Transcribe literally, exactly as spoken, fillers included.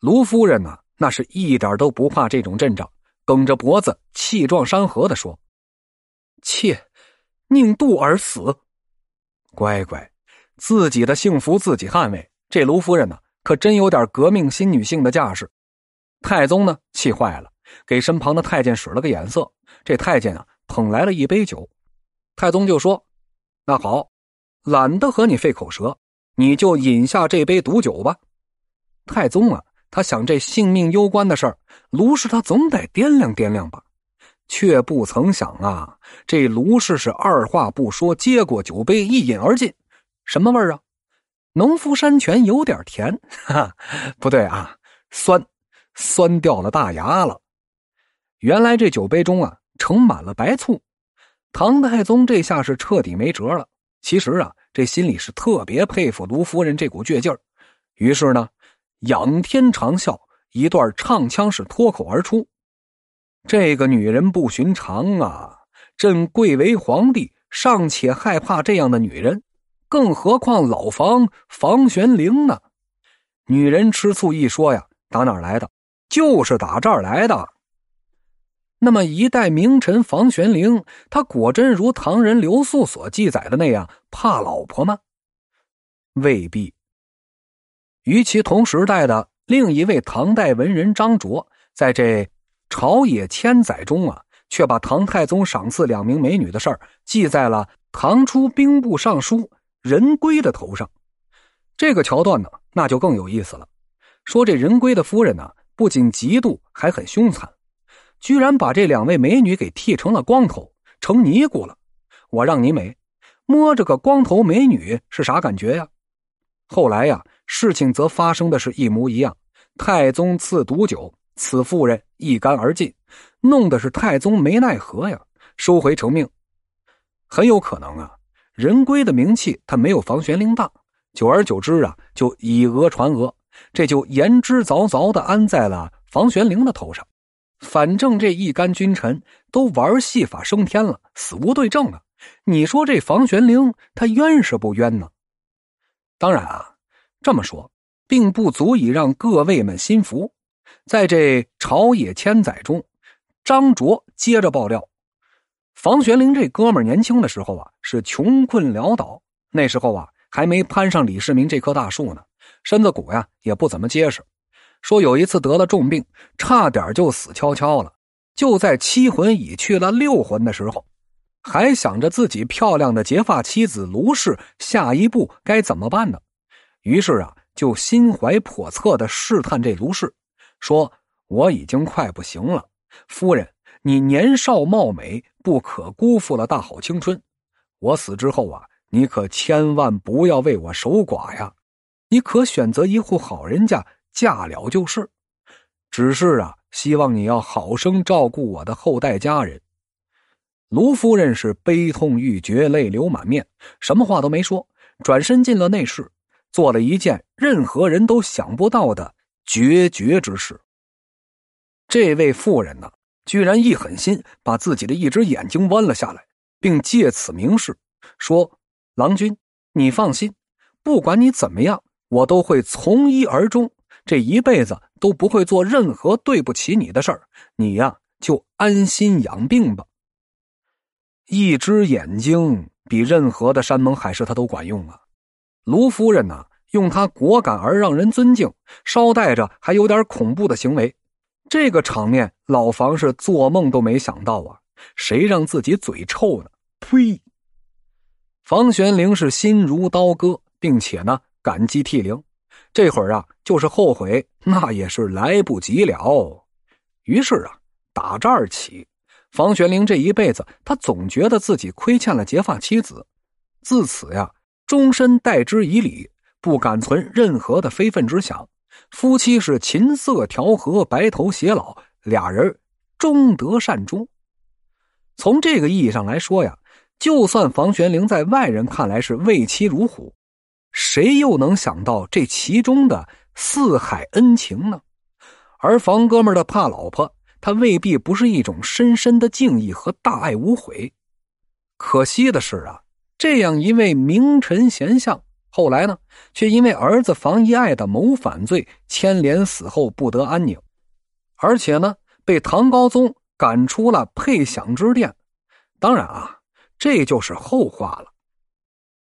卢夫人呢，那是一点都不怕这种阵仗，梗着脖子气壮山河地说：妾宁度而死。乖乖，自己的幸福自己捍卫，这卢夫人呢可真有点革命新女性的架势。太宗呢气坏了，给身旁的太监使了个眼色，这太监啊捧来了一杯酒。太宗就说：那好，懒得和你费口舌，你就饮下这杯毒酒吧。太宗啊，他想这性命攸关的事儿，卢氏他总得掂量掂量吧。却不曾想啊，这卢氏是二话不说，接过酒杯一饮而尽。什么味儿啊？农夫山泉有点甜，哈哈，不对啊，酸，酸掉了大牙了。原来这酒杯中啊盛满了白醋。唐太宗这下是彻底没辙了。其实啊，这心里是特别佩服卢夫人这股倔劲儿。于是呢，仰天长啸，一段唱腔是脱口而出。这个女人不寻常啊，朕贵为皇帝，尚且害怕这样的女人，更何况老房房玄龄呢？女人吃醋一说呀，打哪儿来的？就是打这儿来的。那么一代名臣房玄龄，他果真如唐人刘肃所记载的那样怕老婆吗？未必。与其同时代的另一位唐代文人张卓，在这朝野千载中啊，却把唐太宗赏赐两名美女的事儿记在了唐初兵部尚书任规的头上。这个桥段呢，那就更有意思了。说这任规的夫人呢，不仅嫉妒，还很凶残，居然把这两位美女给剃成了光头，成尼姑了。我让你美，摸着个光头美女是啥感觉呀？后来呀，事情则发生的是一模一样。太宗赐毒酒，此妇人一干而尽，弄得是太宗没奈何呀，收回成命。很有可能啊，任规的名气他没有房玄龄大，久而久之啊，就以讹传讹，这就言之凿凿地安在了房玄龄的头上。反正这一干君臣都玩戏法升天了，死无对证了，你说这房玄龄他冤是不冤呢？当然啊，这么说并不足以让各位们心服。在这朝野千载中，张卓接着爆料，房玄龄这哥们儿年轻的时候啊，是穷困潦倒，那时候啊还没攀上李世民这棵大树呢，身子骨呀也不怎么结实。说有一次得了重病，差点就死翘翘了。就在七魂已去了六魂的时候，还想着自己漂亮的结发妻子卢氏下一步该怎么办呢？于是啊，就心怀叵测地试探这卢氏，说我已经快不行了，夫人，你年少貌美，不可辜负了大好青春。我死之后啊，你可千万不要为我守寡呀，你可选择一户好人家嫁了就是。只是啊，希望你要好生照顾我的后代家人。卢夫人是悲痛欲绝，泪流满面，什么话都没说，转身进了内室，做了一件任何人都想不到的决绝之事。这位妇人呢，居然一狠心把自己的一只眼睛弯了下来，并借此明示说，郎君你放心，不管你怎么样，我都会从一而终，这一辈子都不会做任何对不起你的事儿，你呀就安心养病吧。一只眼睛比任何的山盟海誓他都管用啊。卢夫人呢，用她果敢而让人尊敬，捎带着还有点恐怖的行为，这个场面老房是做梦都没想到啊，谁让自己嘴臭呢？呸！房玄龄是心如刀割，并且呢感激涕零，这会儿啊就是后悔那也是来不及了。于是啊，打这儿起，房玄龄这一辈子他总觉得自己亏欠了结发妻子，自此呀终身待之以礼，不敢存任何的非分之想。夫妻是琴瑟调和，白头偕老，俩人终得善终。从这个意义上来说呀，就算房玄龄在外人看来是畏妻如虎，谁又能想到这其中的四海恩情呢？而房哥们的怕老婆，他未必不是一种深深的敬意和大爱无悔。可惜的是啊，这样一位名臣贤相， 后来呢，却因为儿子房遗爱的谋反罪牵连死后不得安宁，而且呢，被唐高宗赶出了配享之殿。当然啊，这就是后话了。